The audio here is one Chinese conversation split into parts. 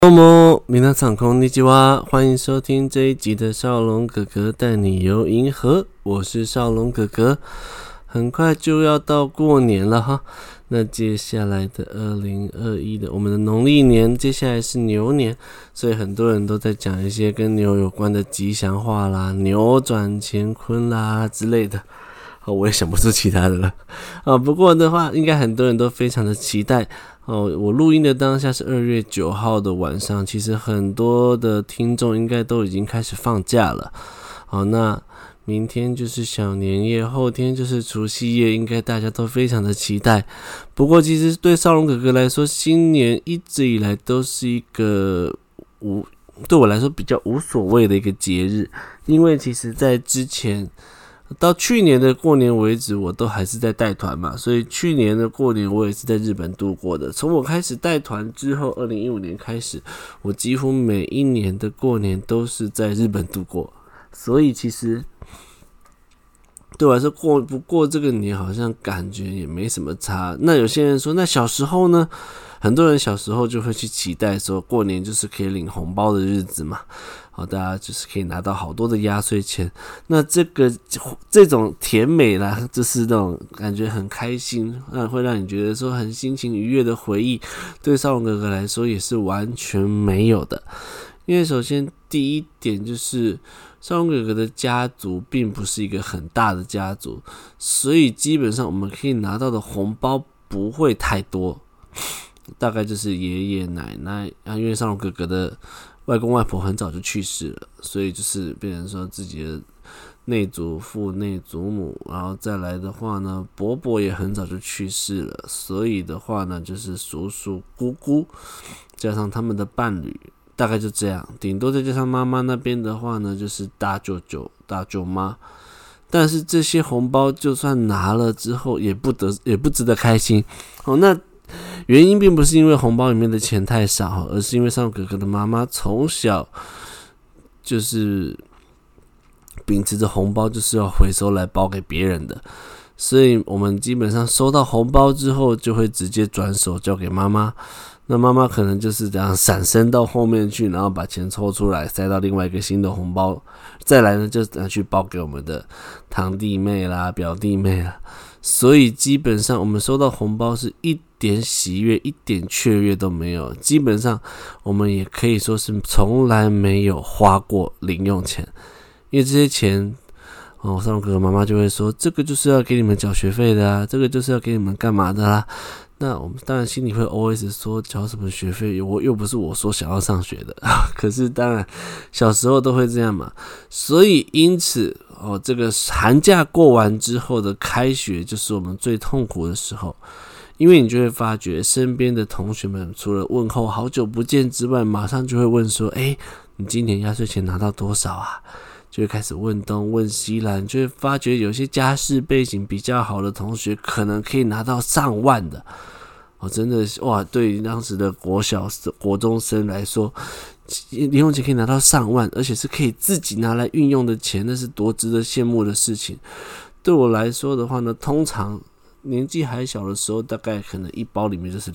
どうも，皆さんこんにちは，欢迎收听这一集的少龙哥哥带你游银河，我是少龙哥哥。很快就要到过年了哈，那接下来的2021的我们的农历年，接下来是牛年，所以很多人都在讲一些跟牛有关的吉祥话啦，扭转乾坤啦之类的。我也想不出其他的了不过的话，应该很多人都非常的期待我录音的当下是2月9号的晚上，其实很多的听众应该都已经开始放假了。那明天就是小年夜，后天就是除夕夜，应该大家都非常的期待。不过其实对少龙哥哥来说，新年一直以来都是一个对我来说比较无所谓的一个节日，因为其实在之前到去年的过年为止，我都还是在带团嘛，所以去年的过年我也是在日本度过的。从我开始带团之后，2015年开始，我几乎每一年的过年都是在日本度过，所以其实对我来说过不过这个年好像感觉也没什么差。那有些人说，那小时候呢？很多人小时候就会去期待说，过年就是可以领红包的日子嘛，大家就是可以拿到好多的压岁钱。那这种甜美啦，就是那种感觉很开心，会让你觉得说很心情愉悦的回忆，对少龙哥哥来说也是完全没有的。因为首先第一点就是少龙哥哥的家族并不是一个很大的家族，所以基本上我们可以拿到的红包不会太多，大概就是爷爷奶奶因为少龙哥哥的外公外婆很早就去世了，所以就是变成说自己的内祖父内祖母，然后再来的话呢，伯伯也很早就去世了，所以的话呢就是叔叔姑姑加上他们的伴侣，大概就这样，顶多再加上妈妈那边的话呢，就是大舅舅大舅妈。但是这些红包就算拿了之后也不值得开心那原因并不是因为红包里面的钱太少，而是因为少龙哥哥的妈妈从小就是秉持着红包就是要回收来包给别人的，所以我们基本上收到红包之后就会直接转手交给妈妈。那妈妈可能就是这样闪身到后面去，然后把钱抽出来塞到另外一个新的红包，再来呢就拿去包给我们的堂弟妹啦表弟妹啦。所以基本上我们收到红包是一点喜悦一点雀跃都没有，基本上我们也可以说是从来没有花过零用钱，因为这些钱少龙哥哥妈妈就会说，这个就是要给你们缴学费的啊，这个就是要给你们干嘛的啦。那我们当然心里会 always 说，缴什么学费，又不是我说想要上学的可是当然小时候都会这样嘛。所以因此这个寒假过完之后的开学就是我们最痛苦的时候，因为你就会发觉身边的同学们除了问候好久不见之外，马上就会问说，你今年压岁钱拿到多少啊？就会开始问东问西啦，你就会发觉有些家世背景比较好的同学可能可以拿到上万的真的哇！对于当时的国中生来说，零用钱可以拿到上万，而且是可以自己拿来运用的钱，那是多值得羡慕的事情。对我来说的话呢，通常年纪还小的时候，大概可能一包里面就是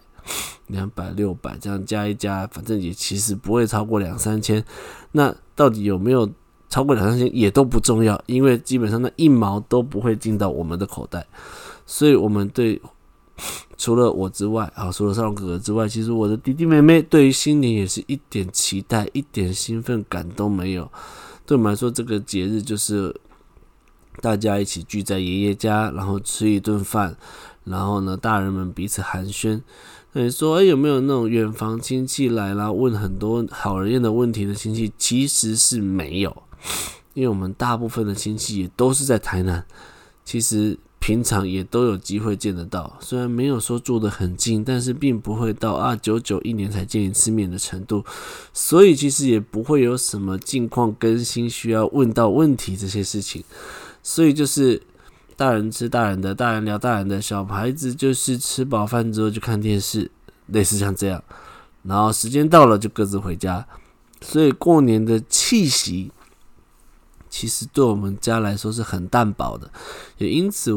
200、600这样加一加，反正也其实不会超过2-3千。那到底有没有超过2-3千也都不重要，因为基本上那1毛都不会进到我们的口袋。所以我们对除了我之外除了少龙哥哥之外，其实我的弟弟妹妹对于新年也是一点期待一点兴奋感都没有。对我们来说，这个节日就是大家一起聚在爷爷家，然后吃一顿饭，然后呢大人们彼此寒暄。那你说有没有那种远房亲戚来啦，问很多好人厌的问题的亲戚？其实是没有，因为我们大部分的亲戚也都是在台南，其实平常也都有机会见得到，虽然没有说住得很近，但是并不会到久久1年才见一次面的程度，所以其实也不会有什么近况更新需要问到问题这些事情。所以就是大人吃大人的，大人聊大人的，小孩子就是吃饱饭之后就看电视，类似像这样，然后时间到了就各自回家。所以过年的气息其实对我们家来说是很淡薄的，也因此我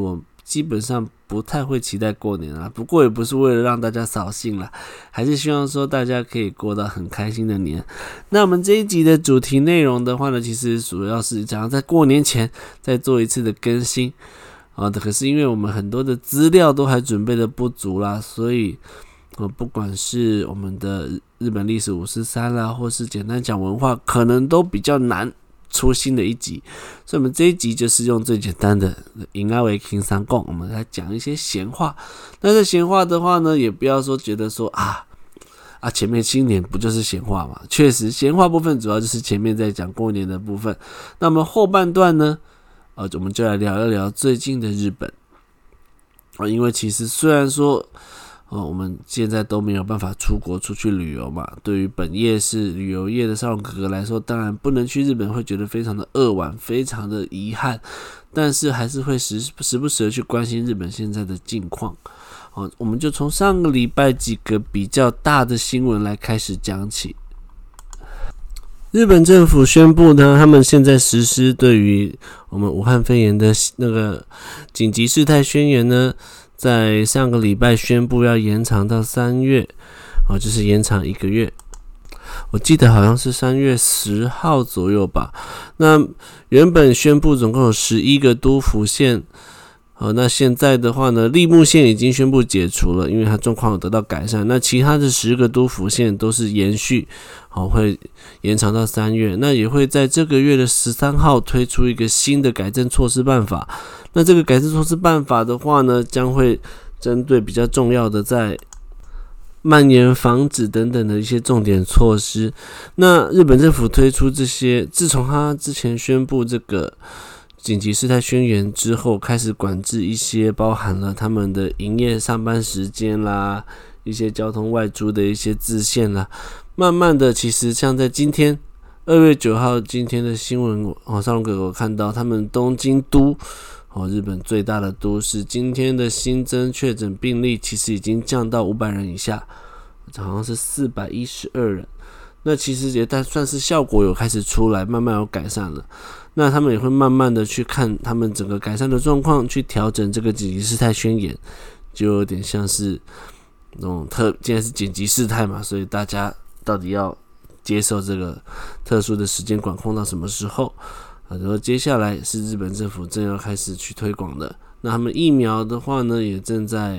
基本上不太会期待过年啦，不过也不是为了让大家扫兴啦，还是希望说大家可以过到很开心的年。那我们这一集的主题内容的话呢，其实主要是想要在过年前再做一次的更新可是因为我们很多的资料都还准备的不足啦，所以不管是我们的日本历史543啦，或是简单讲文化，可能都比较难出新的一集，所以我们这一集就是用最简单的引阿为听三共，我们来讲一些闲话。那这闲话的话呢，也不要说觉得说前面新年不就是闲话嘛？确实，闲话部分主要就是前面在讲过年的部分。那么后半段呢，我们就来聊一聊最近的日本因为其实虽然说我们现在都没有办法出国出去旅游嘛，对于本业是旅游业的少龙哥哥来说，当然不能去日本会觉得非常的扼腕，非常的遗憾，但是还是会时不时的去关心日本现在的近况我们就从上个礼拜几个比较大的新闻来开始讲起。日本政府宣布呢，他们现在实施对于我们武汉肺炎的那个紧急事态宣言呢，在上个礼拜宣布要延长到3月就是延长1个月。我记得好像是3月10号左右吧。那原本宣布总共有11个都府县那现在的话呢，立木县已经宣布解除了，因为它状况有得到改善。那其他的10个都府县都是延续会延长到3月。那也会在这个月的13号推出一个新的改正措施办法。那这个改正措施办法的话呢，将会针对比较重要的在蔓延防止等等的一些重点措施。那日本政府推出这些，自从他之前宣布这个紧急事态宣言之后，开始管制一些包含了他们的营业上班时间啦，一些交通外出的一些制限啦，慢慢的其实像在今天2月9号今天的新闻少龙哥哥看到他们东京都日本最大的都市，今天的新增确诊病例其实已经降到500人以下，好像是412人。那其实也算是效果有开始出来，慢慢有改善了。那他们也会慢慢的去看他们整个改善的状况，去调整这个紧急事态宣言，就有点像是那种现在是紧急事态嘛，所以大家到底要接受这个特殊的时间管控到什么时候然后接下来是日本政府正要开始去推广的。那他们疫苗的话呢，也正在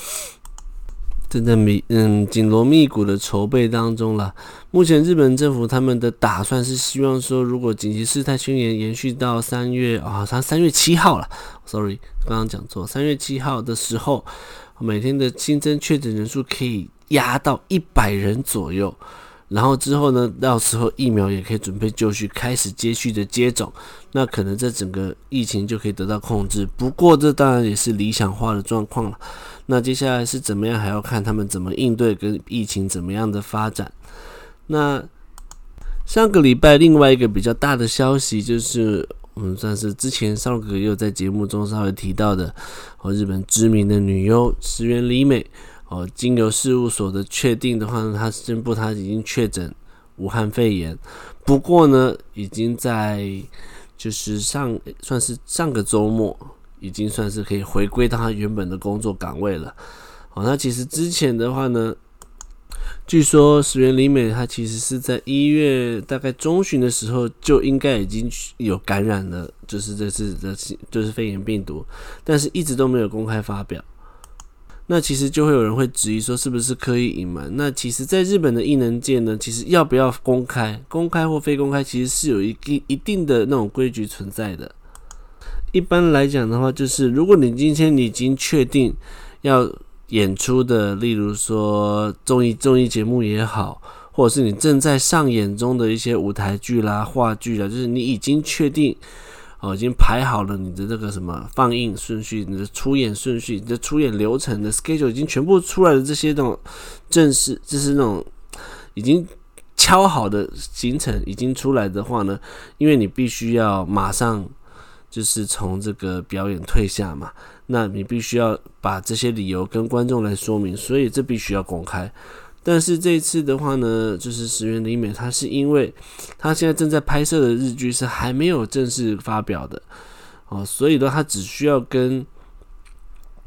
紧锣密鼓的筹备当中啦。目前日本政府他们的打算是希望说，如果紧急事态宣言延续到3月7号啦 sorry 刚刚讲错，3月7号的时候，每天的新增确诊人数可以压到100人左右。然后之后呢，到时候疫苗也可以准备就绪，开始接续的接种，那可能这整个疫情就可以得到控制。不过这当然也是理想化的状况了。那接下来是怎么样，还要看他们怎么应对跟疫情怎么样的发展。那上个礼拜另外一个比较大的消息就是我们算是之前少龙哥哥也有在节目中稍微提到的日本知名的女优石原里美经由事务所的确定的话呢，他宣布他已经确诊武汉肺炎。不过呢，已经在就是算是上个周末，已经算是可以回归到他原本的工作岗位了。那其实之前的话呢，据说石原里美她其实是在1月大概中旬的时候就应该已经有感染了，就是这次的就是肺炎病毒，但是一直都没有公开发表。那其实就会有人会质疑说是不是刻意隐瞒。那其实在日本的艺能界呢，其实要不要公开或非公开，其实是有一定的那种规矩存在的。一般来讲的话，就是如果你今天你已经确定要演出的，例如说综艺节目也好，或者是你正在上演中的一些舞台剧啦、话剧啦，就是你已经确定已经排好了你的这个什么放映顺序、你的出演顺序、你的出演流程的 schedule 已经全部出来的这些那种正式，就是那种已经敲好的行程已经出来的话呢，因为你必须要马上就是从这个表演退下嘛，那你必须要把这些理由跟观众来说明，所以这必须要公开。但是这一次的话呢，就是石原里美，她是因为她现在正在拍摄的日剧是还没有正式发表的所以呢，她只需要跟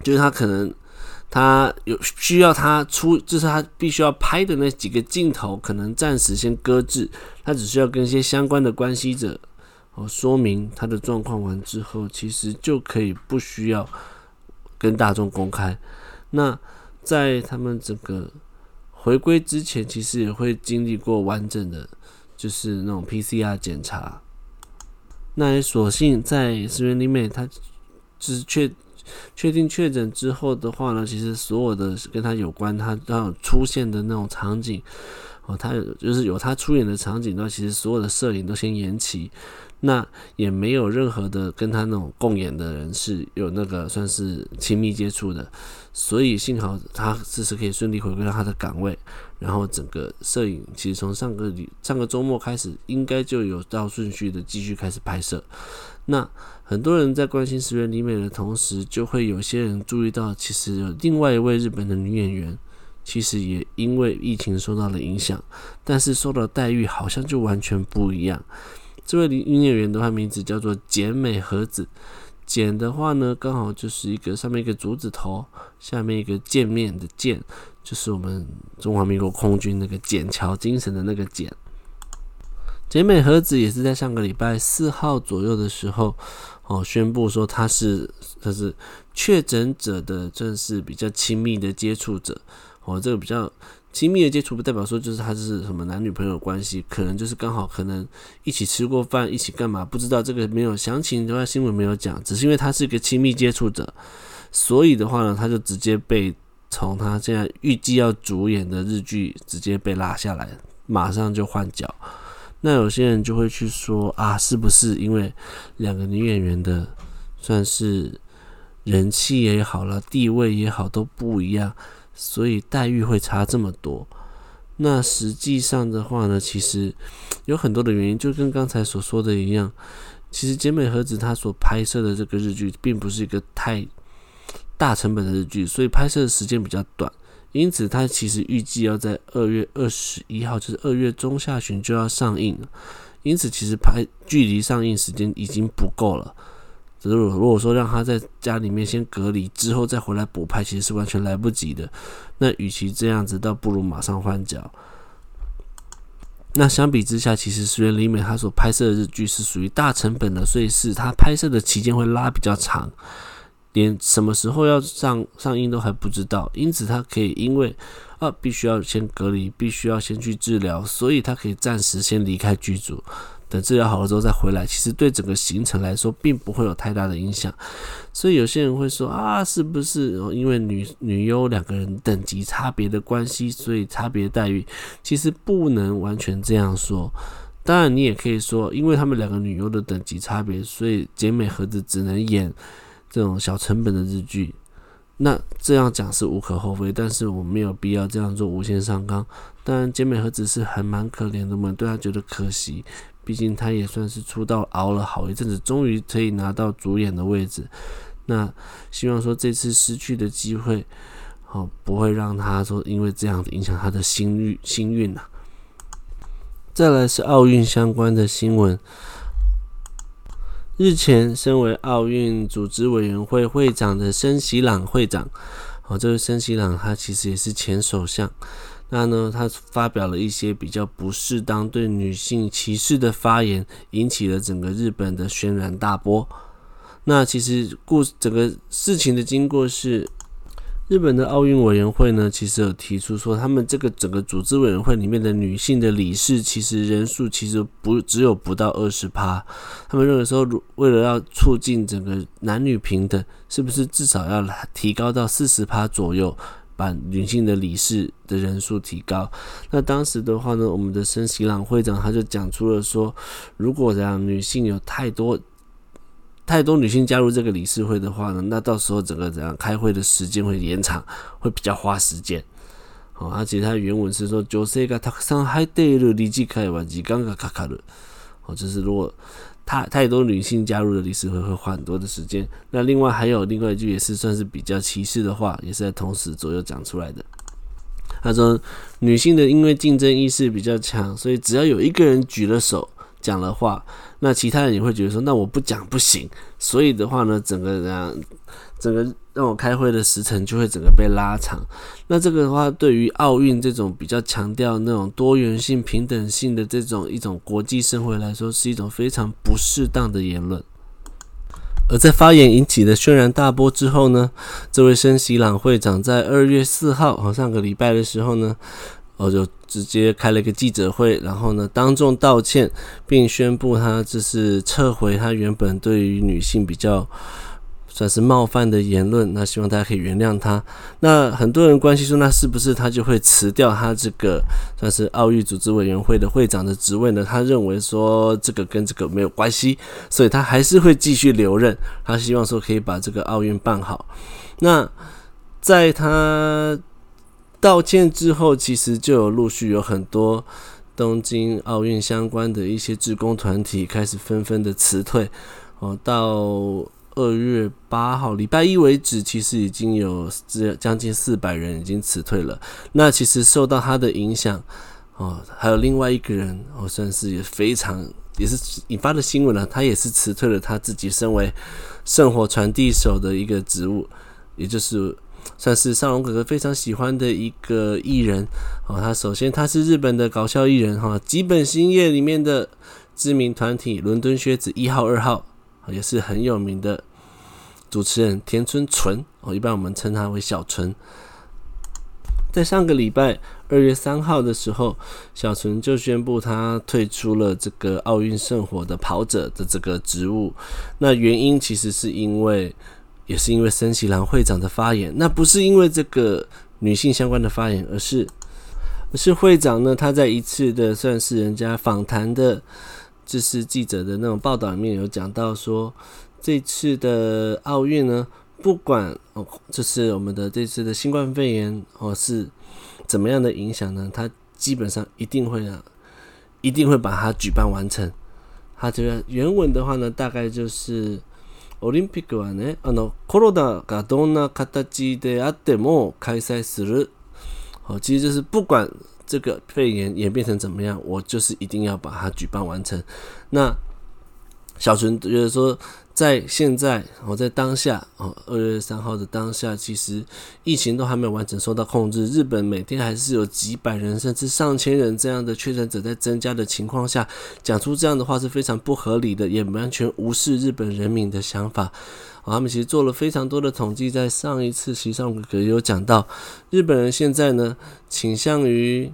就是他可能他有需要他出，就是他必须要拍的那几个镜头，可能暂时先搁置，他只需要跟一些相关的关系者说明他的状况完之后，其实就可以不需要跟大众公开。那在他们整个回归之前，其实也会经历过完整的，就是那种 PCR 检查。那也所幸在石原里美他就是确定确诊之后的话呢，其实所有的跟他有关，他有出现的那种场景，他就是有他出演的场景的话，其实所有的摄影都先延期，那也没有任何的跟他那种共演的人是有那个算是亲密接触的，所以幸好他这次可以顺利回归到他的岗位，然后整个摄影其实从上个周末开始，应该就有照顺序的继续开始拍摄。那很多人在关心石原里美的同时，就会有些人注意到，其实有另外一位日本的女演员，其实也因为疫情受到了影响，但是受到待遇好像就完全不一样。这位女演员的话，名字叫做简美和子。简的话呢，刚好就是一个上面一个竹子头，下面一个见面的见，就是我们中华民国空军那个笕桥精神的那个笕。简美和子也是在上个礼拜4号左右的时候，宣布说他是确诊者的正是比较亲密的接触者。这个比较亲密的接触不代表说就是他是什么男女朋友关系，可能就是刚好可能一起吃过饭，一起干嘛不知道，这个没有详情的话新闻没有讲，只是因为他是一个亲密接触者，所以的话呢，他就直接被从他现在预计要主演的日剧直接被拉下来，马上就换角。那有些人就会去说啊，是不是因为两个女演员的算是人气也好了，地位也好都不一样，所以待遇会差这么多？那实际上的话呢，其实有很多的原因，就跟刚才所说的一样，其实简美和子她所拍摄的这个日剧并不是一个太大成本的日剧，所以拍摄的时间比较短，因此他其实预计要在2月21号，就是2月中下旬就要上映了，因此其实距离上映时间已经不够了。如果说让他在家里面先隔离之后再回来补拍，其实是完全来不及的。那与其这样子，倒不如马上换角。那相比之下，其实石原里美她所拍摄的日剧是属于大成本的，所以是她拍摄的期间会拉比较长，连什么时候要上映都还不知道，因此他可以因为必须要先隔离，必须要先去治疗，所以他可以暂时先离开剧组，等治疗好了之后再回来，其实对整个行程来说并不会有太大的影响。所以有些人会说是不是因为女优两个人等级差别的关系，所以差别待遇？其实不能完全这样说。当然你也可以说，因为他们两个女优的等级差别，所以简美和子只能演这种小成本的日剧，那这样讲是无可厚非，但是我们没有必要这样做无限上纲。当然简美和子是还蛮可怜的，我们对她觉得可惜，毕竟她也算是出道熬了好一阵子，终于可以拿到主演的位置。那希望说这次失去的机会不会让她说因为这样子影响她的心运啊。再来是奥运相关的新闻。日前，身为奥运组织委员会会长的森喜朗会长，这位森喜朗他其实也是前首相。那呢，他发表了一些比较不适当对女性歧视的发言，引起了整个日本的轩然大波。那其实整个事情的经过是，日本的奥运委员会呢，其实有提出说，他们这个整个组织委员会里面的女性的理事，其实人数其实只有不到20%。他们认为说，为了要促进整个男女平等，是不是至少要提高到40%左右，把女性的理事的人数提高？那当时的话呢，我们的森喜朗会长他就讲出了说，如果这样女性有太多女性加入这个理事会的话呢，那到时候整个开会的时间会延长，会比较花时间。其实它的原文是说，女性がたくさん入っている理事会は時間がかかる。就是如果太多女性加入的理事会会花很多的时间。那另外还有另外一句也是算是比较歧视的话，也是在同时左右讲出来的。他说，女性的因为竞争意识比较强，所以只要有一个人举了手， 讲了话，那其他人也会觉得说，那我不讲不行，所以的话呢，整个让我开会的时程就会整个被拉长。那这个的话，对于奥运这种比较强调那种多元性、平等性的一种国际盛会来说，是一种非常不适当的言论。而在发言引起的轩然大波之后呢，这位森喜朗会长在2月4号，上个礼拜的时候呢，就直接开了一个记者会，然后呢当众道歉，并宣布他就是撤回他原本对于女性比较算是冒犯的言论，那希望大家可以原谅他。那很多人关心说，那是不是他就会辞掉他这个算是奥运组织委员会的会长的职位呢？他认为说这个跟这个没有关系，所以他还是会继续留任，他希望说可以把这个奥运办好。那在他道歉之后，其实就陆续有很多东京奥运相关的一些志工团体开始纷纷的辞退，到2月8号礼拜一为止，其实已经有将近400人已经辞退了。那其实受到他的影响，还有另外一个人，算是也是引发的新闻了，他也是辞退了他自己身为圣火传递手的一个职务，也就是算是少龙哥哥非常喜欢的一个艺人。他是日本的搞笑艺人，吉本兴业里面的知名团体伦敦靴子1号2号，也是很有名的主持人田村纯，一般我们称他为小纯。在上个礼拜2月3号的时候，小纯就宣布他退出了这个奥运圣火的跑者的这个职务。那原因其实也是因为森喜朗会长的发言，那不是因为这个女性相关的发言，而是会长呢，他在一次的算是人家访谈的就是记者的那种报道里面有讲到说，这次的奥运呢，不管就是我们的这次的新冠肺炎是怎么样的影响呢，他基本上一定会把它举办完成。他这个原文的话呢，大概就是オリンピックはね、コロナがどんな形であっても開催する。其实就是不管这个肺炎演变成怎么样，我就是一定要把它举办完成。那小纯觉得说，在现在在当下2月3号的当下，其实疫情都还没有完整受到控制，日本每天还是有几百人甚至上千人这样的确诊者在增加的情况下，讲出这样的话是非常不合理的，也完全无视日本人民的想法。他们其实做了非常多的统计，在上一次其实上哥哥有讲到，日本人现在呢倾向于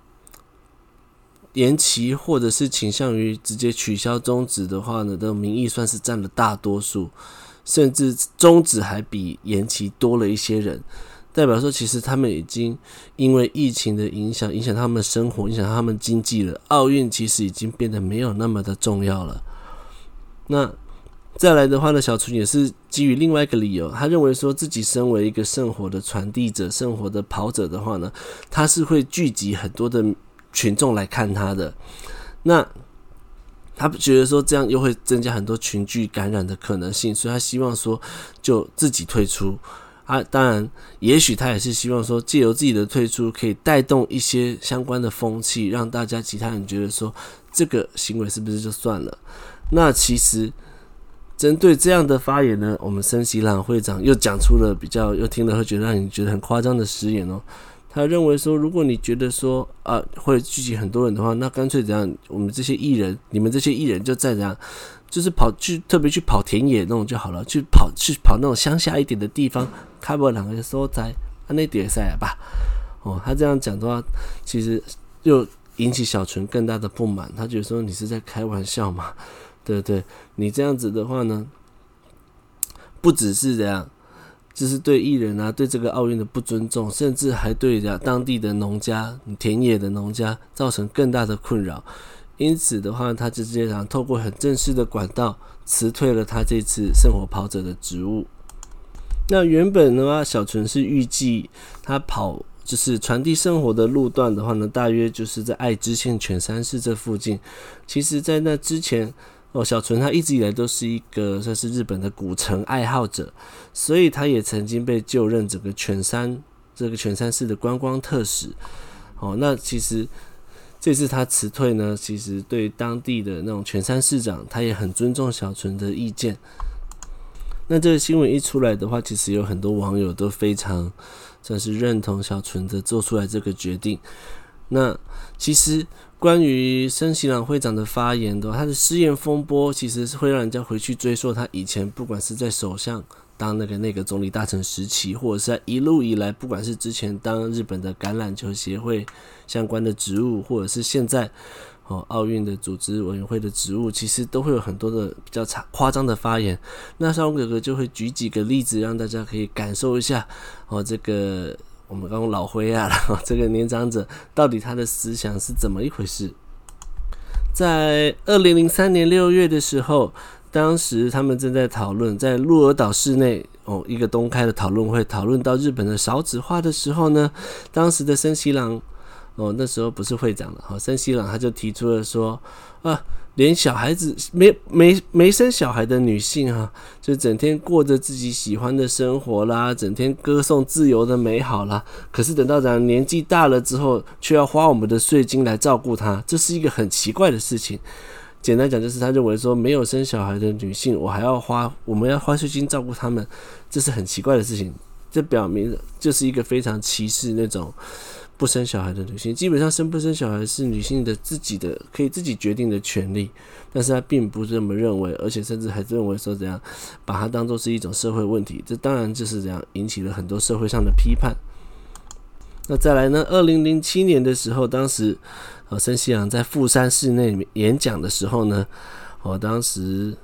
延期或者是倾向于直接取消终止的话呢，的民意算是占了大多数，甚至终止还比延期多了一些人，代表说其实他们已经因为疫情的影响他们的生活，影响他们经济了，奥运其实已经变得没有那么的重要了。那再来的话呢，小纯也是基于另外一个理由，他认为说自己身为一个圣火的传递者、圣火的跑者的话呢，他是会聚集很多的群众来看他的，那他觉得说这样又会增加很多群聚感染的可能性，所以他希望说就自己退出。当然也许他也是希望说借由自己的退出可以带动一些相关的风气，让大家其他人觉得说这个行为是不是就算了。那其实针对这样的发言呢，我们森喜朗会长又讲出了又听了会觉得让你觉得很夸张的实言哦。他认为说，如果你觉得说会聚集很多人的话，那干脆怎样？我们这些艺人，你们这些艺人就再怎样，就是特别去跑田野那种就好了，去跑那种乡下一点的地方，开不两个所在，那点赛吧。他这样讲的话，其实又引起小纯更大的不满，他觉得说你是在开玩笑嘛？对不对？你这样子的话呢，不只是这样，就是对艺人对这个奥运的不尊重，甚至还对当地的农家、田野的农家造成更大的困扰。因此的话，他直接透过很正式的管道辞退了他这次圣火跑者的职务。那原本的话，小纯是预计他跑就是传递圣火的路段的话呢，大约就是在爱知县犬山市这附近。其实在那之前小纯他一直以来都是一个算是日本的古城爱好者，所以他也曾经被就任这个犬山市的观光特使。那其实这次他辞退呢，其实对当地的那种全山市长，他也很尊重小纯的意见。那这个新闻一出来的话，其实有很多网友都非常算是认同小纯的做出来这个决定。那其实关于森喜朗会长的发言的话，他的失言风波其实是会让人家回去追溯他以前不管是在首相当那个总理大臣时期，或者是在一路以来，不管是之前当日本的橄榄球协会相关的职务，或者是现在奥运的组织委员会的职务，其实都会有很多的比较夸张的发言。那少龙哥哥就会举几个例子，让大家可以感受一下这个我们刚刚老灰啊，这个年长者到底他的思想是怎么一回事。在2003年6月的时候，当时他们正在讨论，在鹿儿岛市内一个东开的讨论会，讨论到日本的少子化的时候呢，当时的森喜朗那时候不是会长了，森喜朗他就提出了说连小孩子没生小孩的女性就整天过着自己喜欢的生活啦，整天歌颂自由的美好啦，可是等到年纪大了之后，却要花我们的税金来照顾她，这是一个很奇怪的事情。简单讲就是他认为说，没有生小孩的女性，我们要花税金照顾她们，这是很奇怪的事情。这表明就是一个非常歧视那种不生小孩的女性。基本上生不生小孩是女性的自己的可以自己决定的权利，但是他并不这么认为，而且甚至还认为说怎样把它当作是一种社会问题。这当然就是这样引起了很多社会上的批判。那再来呢，2007年的时候，当时森喜朗在富山市内演讲的时候呢，当时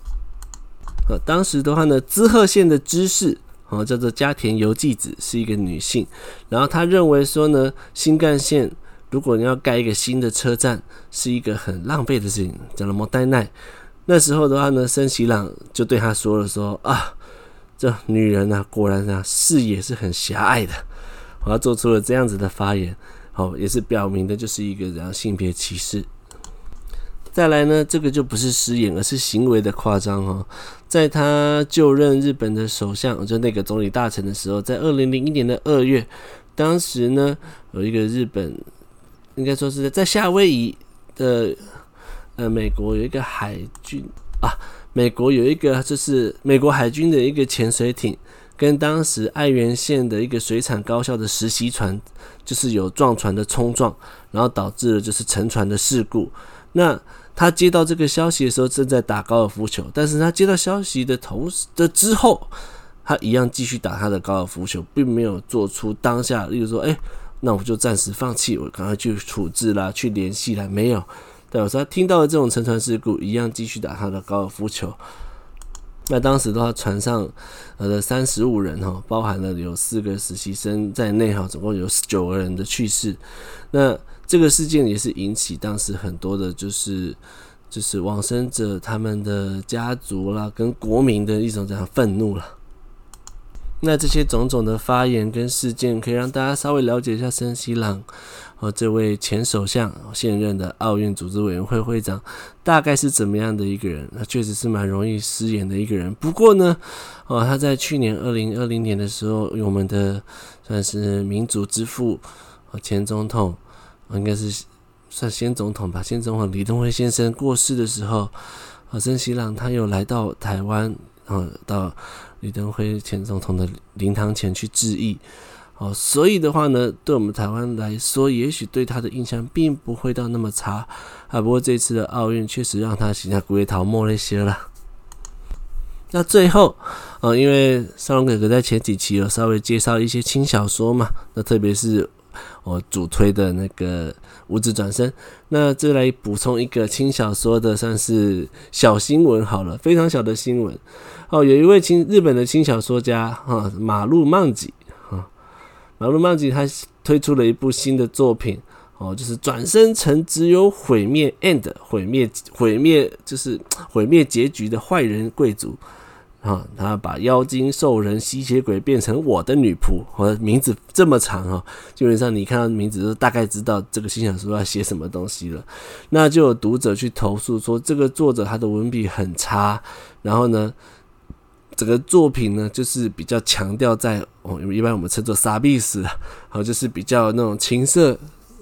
的话呢，滋贺县的知事叫做加田由纪子，是一个女性。然后她认为说呢，新干线如果你要盖一个新的车站，是一个很浪费的事情，讲了莫代奈。那时候的话呢，森喜朗就对她说了说这女人果然视野是很狭隘的。他做出了这样子的发言，也是表明的就是一个这样性别歧视。再来呢，这个就不是失言，而是行为的夸张在他就任日本的首相，就那个总理大臣的时候，在2001年的2月，当时呢有一个日本，应该说是在夏威夷的美国有一个海军美国有一个就是美国海军的一个潜水艇，跟当时爱媛县的一个水产高校的实习船，就是有撞船的冲撞，然后导致了就是沉船的事故。那他接到这个消息的时候正在打高尔夫球，但是他接到消息的之后，他一样继续打他的高尔夫球，并没有做出当下例如说那我就暂时放弃，我赶快去处置啦，去联系啦，没有。对，他听到了这种沉船事故，一样继续打他的高尔夫球。那当时的话，船上的35人包含了有4个实习生在内总共有9个人的去世。那这个事件也是引起当时很多的就是往生者他们的家族啦跟国民的一种这样愤怒了。那这些种种的发言跟事件，可以让大家稍微了解一下森喜朗这位前首相现任的奥运组织委员会会长大概是怎么样的一个人。他确实是蛮容易失言的一个人。不过呢他在去年2020年的时候，我们的算是民主之父前总统应该是算先总统吧，先总统李登辉先生过世的时候，森喜朗他有来到台湾到李登辉前总统的灵堂前去致意。所以的话呢，对我们台湾来说，也许对他的印象并不会到那么差不过这次的奥运确实让他形象归逃没那些了。那最后因为少龙哥哥在前几期有稍微介绍一些轻小说嘛，那特别是我主推的那个无职转生，那这来补充一个轻小说的算是小新闻好了，非常小的新闻有一位日本的轻小说家马路曼吉他推出了一部新的作品就是转生成只有毁灭 end 毁灭就是毁灭结局的坏人贵族他把妖精兽人吸血鬼变成我的女仆，名字这么长基本上你看到名字就大概知道这个新小说要写什么东西了。那就有读者去投诉说，这个作者他的文笔很差，然后呢整个作品呢就是比较强调在一般我们称作傻逼死就是比较那种情色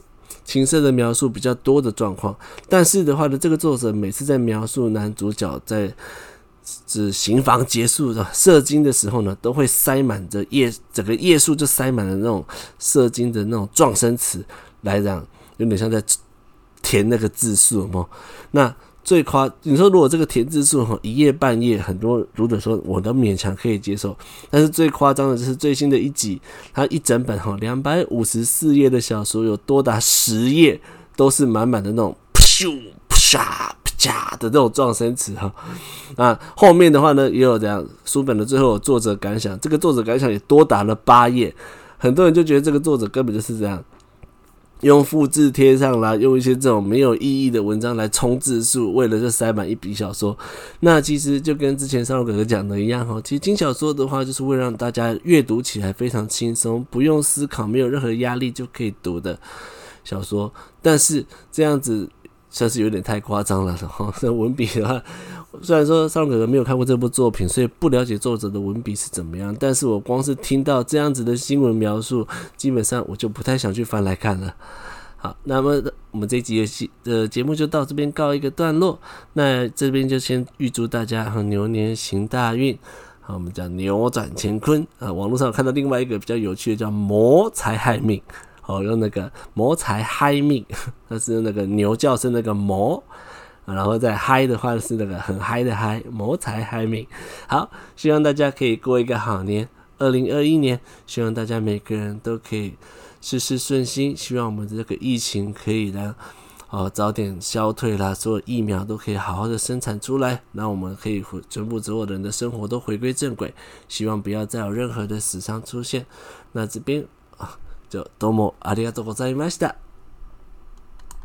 情色的描述比较多的状况。但是的话呢，这个作者每次在描述男主角在刑房结束的射精的时候呢，都会塞满着整个页数就塞满了那种射精的那种状声词，来讲有点像在填那个字数哦。那你说如果这个填字数一页半页，很多读者说我都勉强可以接受，但是最夸张的就是最新的一集，它一整本254页的小说，有多达10页都是满满的那种噗噗啪的这种状声词哈。那后面的话呢，也有这样，书本的最后有作者感想，这个作者感想也多达了8页，很多人就觉得这个作者根本就是这样。用复制贴上啦，用一些这种没有意义的文章来冲字数，为了就塞满一笔小说。那其实就跟之前少龙哥哥讲的一样，其实轻小说的话，就是为了让大家阅读起来非常轻松，不用思考，没有任何压力就可以读的小说。但是这样子算是有点太夸张了，这文笔的话，虽然说少龙哥哥没有看过这部作品，所以不了解作者的文笔是怎么样，但是我光是听到这样子的新闻描述，基本上我就不太想去翻来看了。好，那么我们这一集的节目就到这边告一个段落。那这边就先预祝大家牛年行大运。好，我们讲扭转乾坤啊。网络上有看到另外一个比较有趣的叫谋财害命。用那个谋财害命，那是那个牛叫声那个谋，然后再嗨的话是那个很嗨的嗨，谋财害命。好，希望大家可以过一个好年，2021年，希望大家每个人都可以事事顺心，希望我们这个疫情可以让早点消退啦，所有疫苗都可以好好的生产出来，让我们可以全部所有人的生活都回归正轨，希望不要再有任何的死伤出现。那这边就どうもありがとうございました。